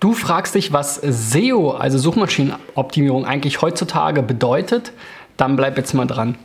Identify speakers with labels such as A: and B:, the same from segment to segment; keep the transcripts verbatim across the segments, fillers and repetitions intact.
A: Du fragst dich, was S E O, also Suchmaschinenoptimierung, eigentlich heutzutage bedeutet? Dann bleib jetzt mal dran.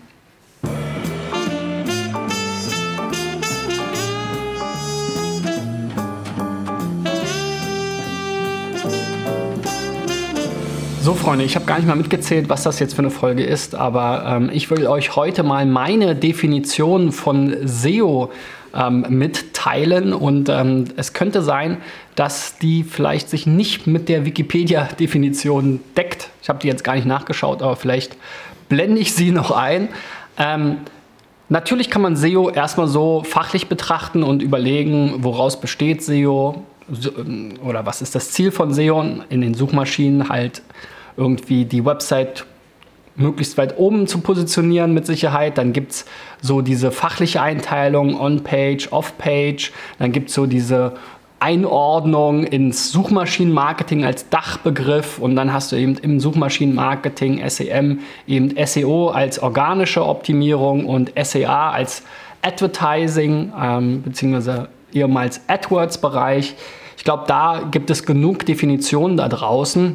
A: So Freunde, ich habe gar nicht mal mitgezählt, was das jetzt für eine Folge ist, aber ähm, ich will euch heute mal meine Definition von S E O ähm, mitteilen und ähm, es könnte sein, dass die vielleicht sich nicht mit der Wikipedia-Definition deckt. Ich habe die jetzt gar nicht nachgeschaut, aber vielleicht blende ich sie noch ein. Ähm, natürlich kann man S E O erstmal so fachlich betrachten und überlegen, woraus besteht S E O oder was ist das Ziel von S E O in den Suchmaschinen, halt irgendwie die Website möglichst weit oben zu positionieren mit Sicherheit. Dann gibt es so diese fachliche Einteilung, On-Page, Off-Page. Dann gibt es so diese Einordnung ins Suchmaschinenmarketing als Dachbegriff. Und dann hast du eben im Suchmaschinenmarketing, S E M, eben S E O als organische Optimierung und S E A als Advertising, ähm, beziehungsweise ehemals AdWords-Bereich. Ich glaube, da gibt es genug Definitionen da draußen.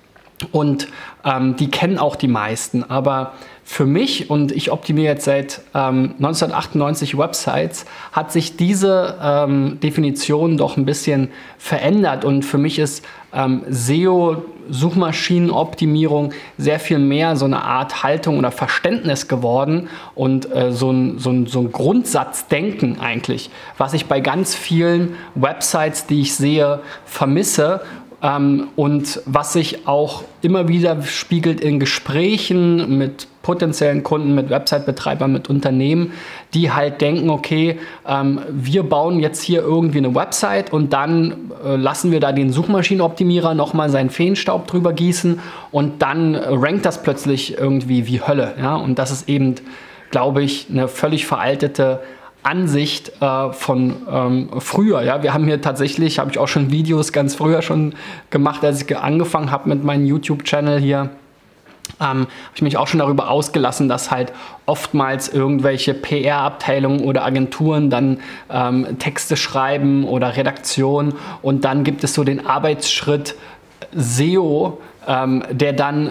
A: Und ähm, die kennen auch die meisten. Aber für mich, und ich optimiere jetzt seit ähm, neunzehnhundertachtundneunzig Websites, hat sich diese ähm, Definition doch ein bisschen verändert. Und für mich ist ähm, S E O, Suchmaschinenoptimierung, sehr viel mehr so eine Art Haltung oder Verständnis geworden und äh, so ein, so ein, so ein Grundsatzdenken eigentlich, was ich bei ganz vielen Websites, die ich sehe, vermisse. Ähm, und was sich auch immer wieder spiegelt in Gesprächen mit potenziellen Kunden, mit Website-Betreibern, mit Unternehmen, die halt denken, okay, ähm, wir bauen jetzt hier irgendwie eine Website und dann äh, lassen wir da den Suchmaschinenoptimierer nochmal seinen Feenstaub drüber gießen und dann äh, rankt das plötzlich irgendwie wie Hölle. Ja? Und das ist eben, glaube ich, eine völlig veraltete Ansicht äh, von ähm, früher. Ja? Wir haben hier tatsächlich, habe ich auch schon Videos ganz früher schon gemacht, als ich angefangen habe mit meinem YouTube-Channel hier, ähm, habe ich mich auch schon darüber ausgelassen, dass halt oftmals irgendwelche P R-Abteilungen oder Agenturen dann ähm, Texte schreiben oder Redaktion und dann gibt es so den Arbeitsschritt S E O, ähm, der dann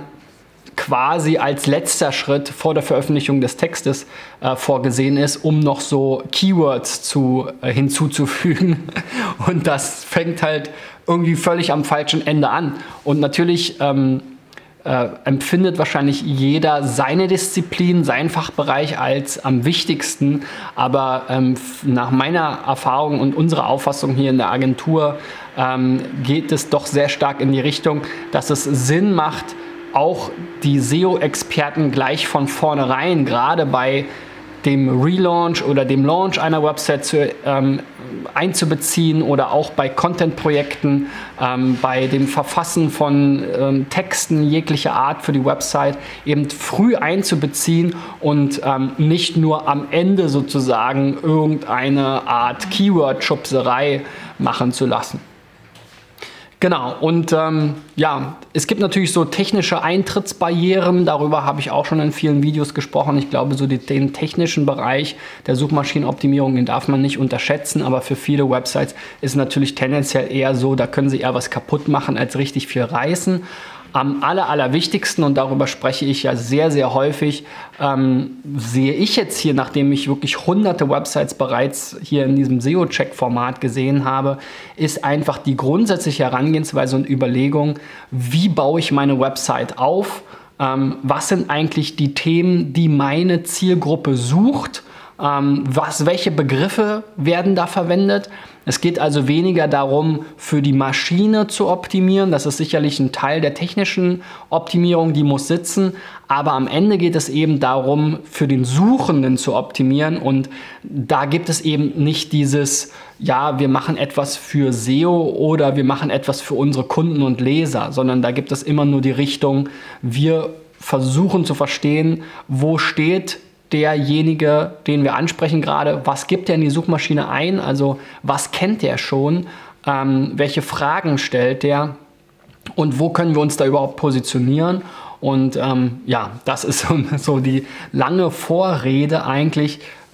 A: quasi als letzter Schritt vor der Veröffentlichung des Textes äh, vorgesehen ist, um noch so Keywords zu, äh, hinzuzufügen. Und das fängt halt irgendwie völlig am falschen Ende an. Und natürlich ähm, äh, empfindet wahrscheinlich jeder seine Disziplin, seinen Fachbereich als am wichtigsten. Aber ähm, nach meiner Erfahrung und unserer Auffassung hier in der Agentur ähm, geht es doch sehr stark in die Richtung, dass es Sinn macht, auch die S E O-Experten gleich von vornherein, gerade bei dem Relaunch oder dem Launch einer Website zu, ähm, einzubeziehen oder auch bei Content-Projekten, ähm, bei dem Verfassen von ähm, Texten jeglicher Art für die Website eben früh einzubeziehen und ähm, nicht nur am Ende sozusagen irgendeine Art Keyword-Schubserei machen zu lassen. Genau, und ähm, ja, es gibt natürlich so technische Eintrittsbarrieren, darüber habe ich auch schon in vielen Videos gesprochen. Ich glaube, so die, den technischen Bereich der Suchmaschinenoptimierung, den darf man nicht unterschätzen, aber für viele Websites ist natürlich tendenziell eher so, da können sie eher was kaputt machen, als richtig viel reißen. Am aller, allerwichtigsten, und darüber spreche ich ja sehr, sehr häufig, ähm, sehe ich jetzt hier, nachdem ich wirklich hunderte Websites bereits hier in diesem S E O-Check-Format gesehen habe, ist einfach die grundsätzliche Herangehensweise und Überlegung, wie baue ich meine Website auf, ähm, was sind eigentlich die Themen, die meine Zielgruppe sucht, ähm, was, welche Begriffe werden da verwendet. Es geht also weniger darum, für die Maschine zu optimieren. Das ist sicherlich ein Teil der technischen Optimierung, die muss sitzen. Aber am Ende geht es eben darum, für den Suchenden zu optimieren. Und da gibt es eben nicht dieses, ja, wir machen etwas für S E O oder wir machen etwas für unsere Kunden und Leser, sondern da gibt es immer nur die Richtung, wir versuchen zu verstehen, wo steht derjenige, den wir ansprechen gerade, was gibt er in die Suchmaschine ein, also was kennt er schon, ähm, welche Fragen stellt der und wo können wir uns da überhaupt positionieren. Und ähm, ja, das ist so, so die lange Vorrede eigentlich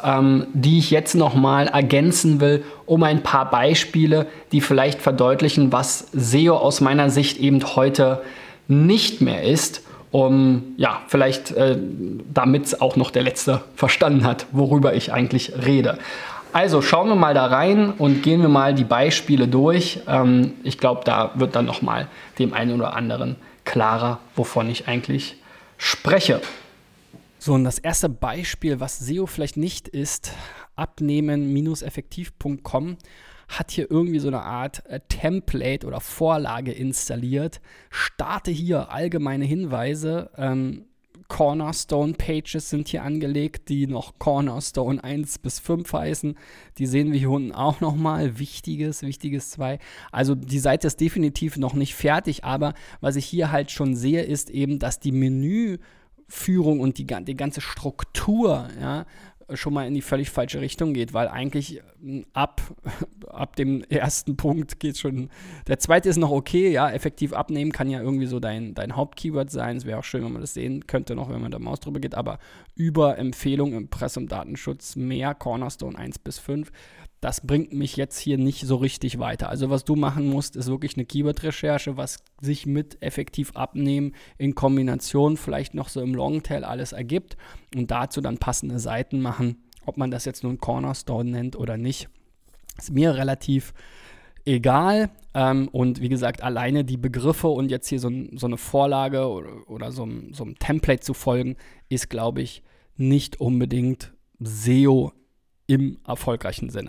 A: ähm, die ich jetzt nochmal ergänzen will, um ein paar Beispiele, die vielleicht verdeutlichen, was S E O aus meiner Sicht eben heute nicht mehr ist, um, ja, vielleicht, äh, damit es auch noch der Letzte verstanden hat, worüber ich eigentlich rede. Also schauen wir mal da rein und gehen wir mal die Beispiele durch. Ähm, ich glaube, da wird dann nochmal dem einen oder anderen klarer, wovon ich eigentlich spreche. So, und das erste Beispiel, was S E O vielleicht nicht ist, abnehmen effektiv punkt com, hat hier irgendwie so eine Art äh, Template oder Vorlage installiert. Starte hier allgemeine Hinweise. Ähm, Cornerstone-Pages sind hier angelegt, die noch Cornerstone eins bis fünf heißen. Die sehen wir hier unten auch nochmal. Wichtiges, wichtiges zwei. Also die Seite ist definitiv noch nicht fertig, aber was ich hier halt schon sehe, ist eben, dass die Menüführung und die, die ganze Struktur, ja, schon mal in die völlig falsche Richtung geht, weil eigentlich ab, ab dem ersten Punkt geht schon, der zweite ist noch okay, ja, effektiv abnehmen kann ja irgendwie so dein, dein Hauptkeyword sein, es wäre auch schön, wenn man das sehen könnte, noch wenn man da Maus drüber geht, aber über Empfehlung im Presse- und Datenschutz mehr Cornerstone eins bis fünf, das bringt mich jetzt hier nicht so richtig weiter. Also was du machen musst, ist wirklich eine Keyword-Recherche, was sich mit effektiv abnehmen in Kombination vielleicht noch so im Longtail alles ergibt und dazu dann passende Seiten machen. Ob man das jetzt nun Cornerstone nennt oder nicht, ist mir relativ egal. Ähm, und wie gesagt, alleine die Begriffe und jetzt hier so, ein, so eine Vorlage oder, oder so, ein, so ein Template zu folgen, ist, glaube ich, nicht unbedingt S E O im erfolgreichen Sinne.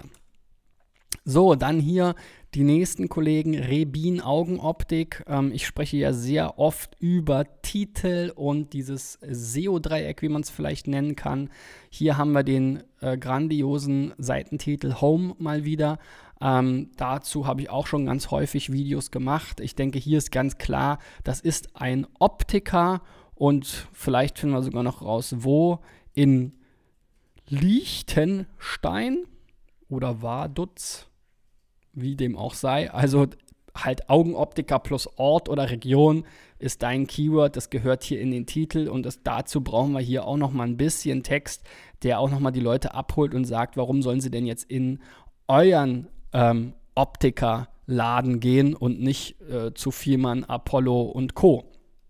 A: So, dann hier die nächsten Kollegen, Rebin Augenoptik. Ähm, ich spreche ja sehr oft über Titel und dieses S E O-Dreieck, wie man es vielleicht nennen kann. Hier haben wir den äh, grandiosen Seitentitel Home mal wieder. Ähm, dazu habe ich auch schon ganz häufig Videos gemacht. Ich denke, hier ist ganz klar, das ist ein Optiker und vielleicht finden wir sogar noch raus, wo in Liechtenstein oder Vaduz, wie dem auch sei. Also halt Augenoptiker plus Ort oder Region ist dein Keyword. Das gehört hier in den Titel und das, dazu brauchen wir hier auch noch mal ein bisschen Text, der auch noch mal die Leute abholt und sagt, warum sollen sie denn jetzt in euren ähm, Optikerladen gehen und nicht äh, zu Vielmann, Apollo und Co.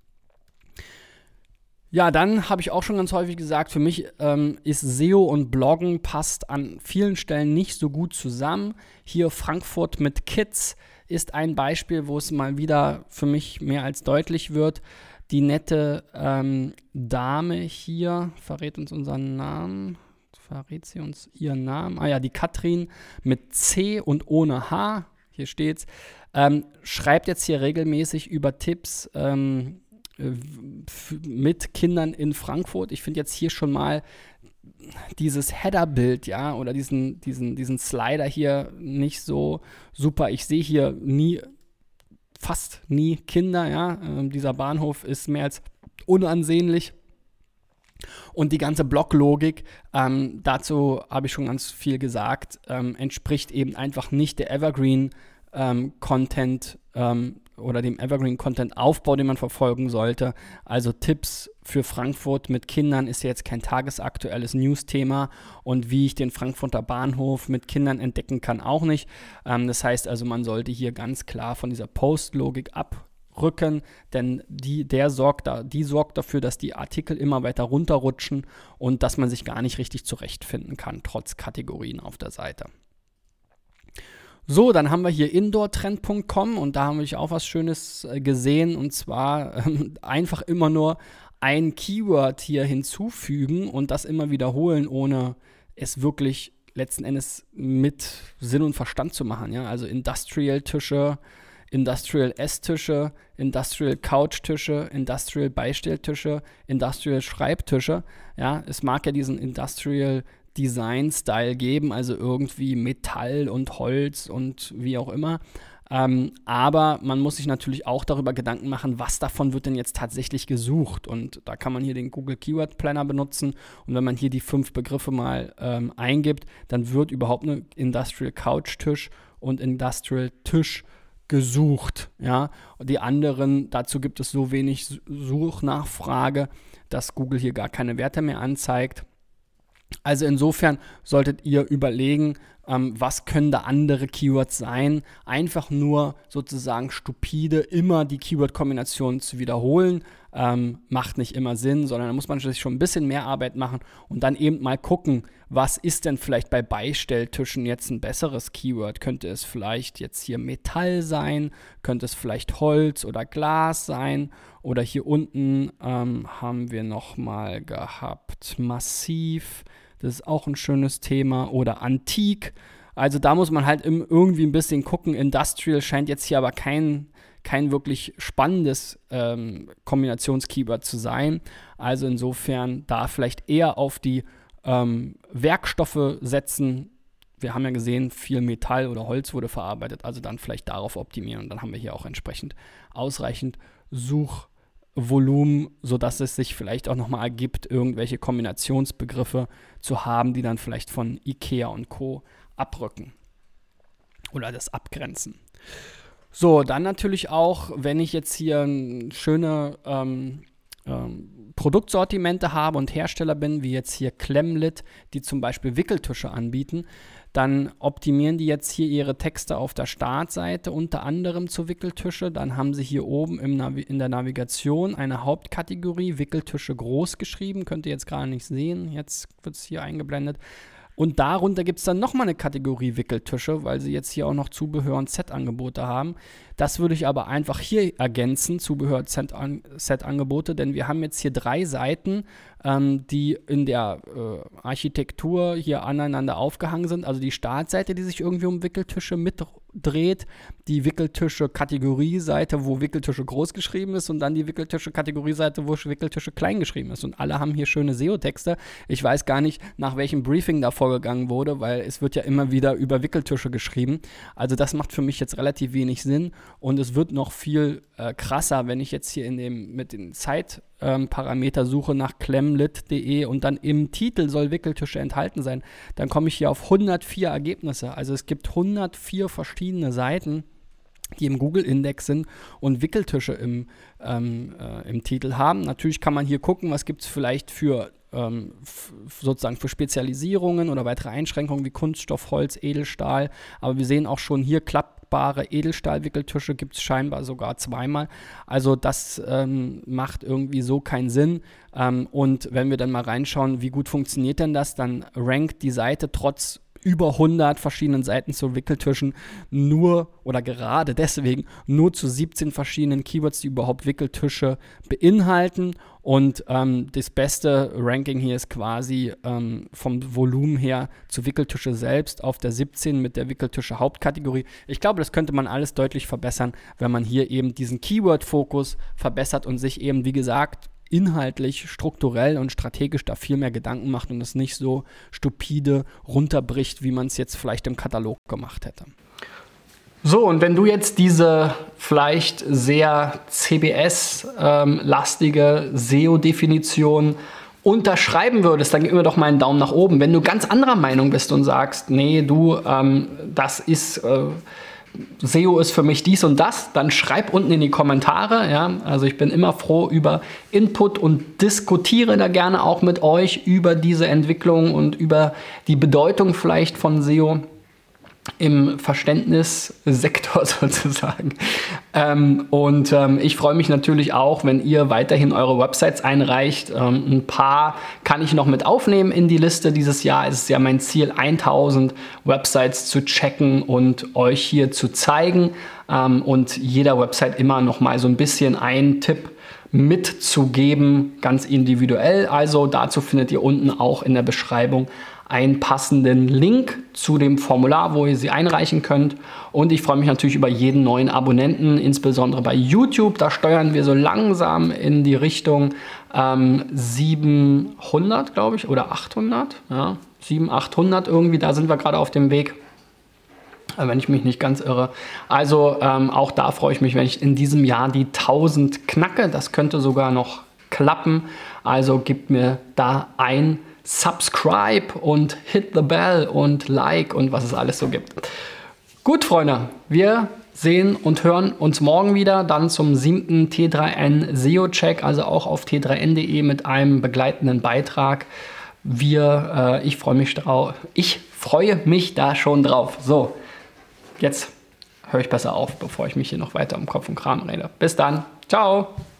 A: Ja, dann habe ich auch schon ganz häufig gesagt, für mich ähm, ist S E O und Bloggen passt an vielen Stellen nicht so gut zusammen. Hier Frankfurt mit Kids ist ein Beispiel, wo es mal wieder für mich mehr als deutlich wird. Die nette ähm, Dame hier, verrät uns unseren Namen, verrät sie uns ihren Namen? Ah ja, die Katrin mit C und ohne H, hier steht's, ähm, schreibt jetzt hier regelmäßig über Tipps, ähm, mit Kindern in Frankfurt. Ich finde jetzt hier schon mal dieses Header-Bild, ja, oder diesen, diesen, diesen Slider hier nicht so super. Ich sehe hier nie, fast nie Kinder, ja. Ähm, dieser Bahnhof ist mehr als unansehnlich. Und die ganze Blocklogik, ähm, dazu habe ich schon ganz viel gesagt, ähm, entspricht eben einfach nicht der Evergreen-Content ähm, oder dem Evergreen-Content-Aufbau, den man verfolgen sollte. Also Tipps für Frankfurt mit Kindern ist ja jetzt kein tagesaktuelles News-Thema und wie ich den Frankfurter Bahnhof mit Kindern entdecken kann, auch nicht. Ähm, das heißt also, man sollte hier ganz klar von dieser Post-Logik abrücken, denn die, der sorgt da, die sorgt dafür, dass die Artikel immer weiter runterrutschen und dass man sich gar nicht richtig zurechtfinden kann, trotz Kategorien auf der Seite. So, dann haben wir hier indoortrend punkt com und da haben wir auch was Schönes äh, gesehen und zwar ähm, einfach immer nur ein Keyword hier hinzufügen und das immer wiederholen, ohne es wirklich letzten Endes mit Sinn und Verstand zu machen. Ja? Also Industrial-Tische, Industrial-Esstische, Industrial-Couchtische, Industrial-Beistelltische, Industrial-Schreibtische. Ja? Es mag ja diesen Industrial Design-Style geben, also irgendwie Metall und Holz und wie auch immer. Ähm, aber man muss sich natürlich auch darüber Gedanken machen, was davon wird denn jetzt tatsächlich gesucht. Und da kann man hier den Google Keyword Planner benutzen. Und wenn man hier die fünf Begriffe mal ähm, eingibt, dann wird überhaupt eine Industrial Couch Tisch und Industrial Tisch gesucht. Ja? Und die anderen, dazu gibt es so wenig Suchnachfrage, dass Google hier gar keine Werte mehr anzeigt. Also insofern solltet ihr überlegen, ähm, was können da andere Keywords sein. Einfach nur sozusagen stupide immer die Keyword-Kombination zu wiederholen, ähm, macht nicht immer Sinn, sondern da muss man sich schon ein bisschen mehr Arbeit machen und dann eben mal gucken, was ist denn vielleicht bei Beistelltischen jetzt ein besseres Keyword? Könnte es vielleicht jetzt hier Metall sein? Könnte es vielleicht Holz oder Glas sein? Oder hier unten ähm, haben wir nochmal gehabt Massiv. Das ist auch ein schönes Thema. Oder Antik. Also da muss man halt irgendwie ein bisschen gucken. Industrial scheint jetzt hier aber kein, kein wirklich spannendes ähm, Kombinationskeyword zu sein. Also insofern da vielleicht eher auf die ähm, Werkstoffe setzen. Wir haben ja gesehen, viel Metall oder Holz wurde verarbeitet. Also dann vielleicht darauf optimieren. Und dann haben wir hier auch entsprechend ausreichend Such Volumen, sodass es sich vielleicht auch nochmal ergibt, irgendwelche Kombinationsbegriffe zu haben, die dann vielleicht von IKEA und Co. abrücken oder das abgrenzen. So, dann natürlich auch, wenn ich jetzt hier schöne ähm, ähm, Produktsortimente habe und Hersteller bin, wie jetzt hier Klemmlit, die zum Beispiel Wickeltische anbieten, dann optimieren die jetzt hier ihre Texte auf der Startseite unter anderem zu Wickeltische. Dann haben sie hier oben im Navi- in der Navigation eine Hauptkategorie, Wickeltische groß geschrieben. Könnt ihr jetzt gerade nicht sehen, jetzt wird es hier eingeblendet. Und darunter gibt es dann nochmal eine Kategorie Wickeltische, weil sie jetzt hier auch noch Zubehör- und Set-Angebote haben. Das würde ich aber einfach hier ergänzen, Zubehör- und Set-Angebote, denn wir haben jetzt hier drei Seiten, ähm, die in der äh, Architektur hier aneinander aufgehangen sind. Also die Startseite, die sich irgendwie um Wickeltische mitdreht, die Wickeltische-Kategorieseite, wo Wickeltische groß geschrieben ist und dann die Wickeltische-Kategorieseite, wo Wickeltische klein geschrieben ist. Und alle haben hier schöne S E O-Texte. Ich weiß gar nicht, nach welchem Briefing da vorgegangen wurde, weil es wird ja immer wieder über Wickeltische geschrieben. Also das macht für mich jetzt relativ wenig Sinn und es wird noch viel äh, krasser, wenn ich jetzt hier in dem mit den Zeitparameter suche nach klemmlit punkt de und dann im Titel soll Wickeltische enthalten sein, dann komme ich hier auf hundertvier Ergebnisse. Also es gibt hundertvier verschiedene Seiten, die im Google-Index sind und Wickeltische im, ähm, äh, im Titel haben. Natürlich kann man hier gucken, was gibt es vielleicht für ähm, f- sozusagen für Spezialisierungen oder weitere Einschränkungen wie Kunststoff, Holz, Edelstahl. Aber wir sehen auch schon hier klappbare Edelstahlwickeltische gibt es scheinbar sogar zweimal. Also das ähm, macht irgendwie so keinen Sinn. Ähm, und wenn wir dann mal reinschauen, wie gut funktioniert denn das, dann rankt die Seite trotz über hundert verschiedenen Seiten zu Wickeltischen nur oder gerade deswegen nur zu siebzehn verschiedenen Keywords, die überhaupt Wickeltische beinhalten. Und ähm, das beste Ranking hier ist quasi ähm, vom Volumen her zu Wickeltische selbst auf der siebzehn mit der Wickeltische Hauptkategorie. Ich glaube, das könnte man alles deutlich verbessern, wenn man hier eben diesen Keyword-Fokus verbessert und sich eben, wie gesagt, inhaltlich, strukturell und strategisch da viel mehr Gedanken macht und es nicht so stupide runterbricht, wie man es jetzt vielleicht im Katalog gemacht hätte. So, und wenn du jetzt diese vielleicht sehr C B S-lastige ähm, S E O-Definition unterschreiben würdest, dann gib mir doch mal einen Daumen nach oben. Wenn du ganz anderer Meinung bist und sagst, nee, du, ähm, das ist... Äh, S E O ist für mich dies und das, dann schreib unten in die Kommentare. Ja? Also ich bin immer froh über Input und diskutiere da gerne auch mit euch über diese Entwicklung und über die Bedeutung vielleicht von S E O im Verständnissektor sozusagen. Ähm, und ähm, ich freue mich natürlich auch, wenn ihr weiterhin eure Websites einreicht. Ähm, ein paar kann ich noch mit aufnehmen in die Liste dieses Jahr. Es ist ja mein Ziel, tausend Websites zu checken und euch hier zu zeigen. Ähm, und jeder Website immer noch mal so ein bisschen einen Tipp mitzugeben, ganz individuell. Also dazu findet ihr unten auch in der Beschreibung einen passenden Link zu dem Formular, wo ihr sie einreichen könnt. Und ich freue mich natürlich über jeden neuen Abonnenten, insbesondere bei YouTube. Da steuern wir so langsam in die Richtung ähm, siebenhundert, glaube ich, oder achthundert. Ja, siebenhundert, achthundert irgendwie, da sind wir gerade auf dem Weg, wenn ich mich nicht ganz irre. Also ähm, auch da freue ich mich, wenn ich in diesem Jahr die tausend knacke. Das könnte sogar noch klappen. Also gebt mir da ein Subscribe und hit the bell und Like und was es alles so gibt. Gut, Freunde, wir sehen und hören uns morgen wieder, dann zum siebten T drei N S E O-Check, also auch auf t drei n punkt de mit einem begleitenden Beitrag. Wir, äh, ich freue mich drauf. Ich freue mich da schon drauf. So, jetzt höre ich besser auf, bevor ich mich hier noch weiter um Kopf und Kram rede. Bis dann. Ciao.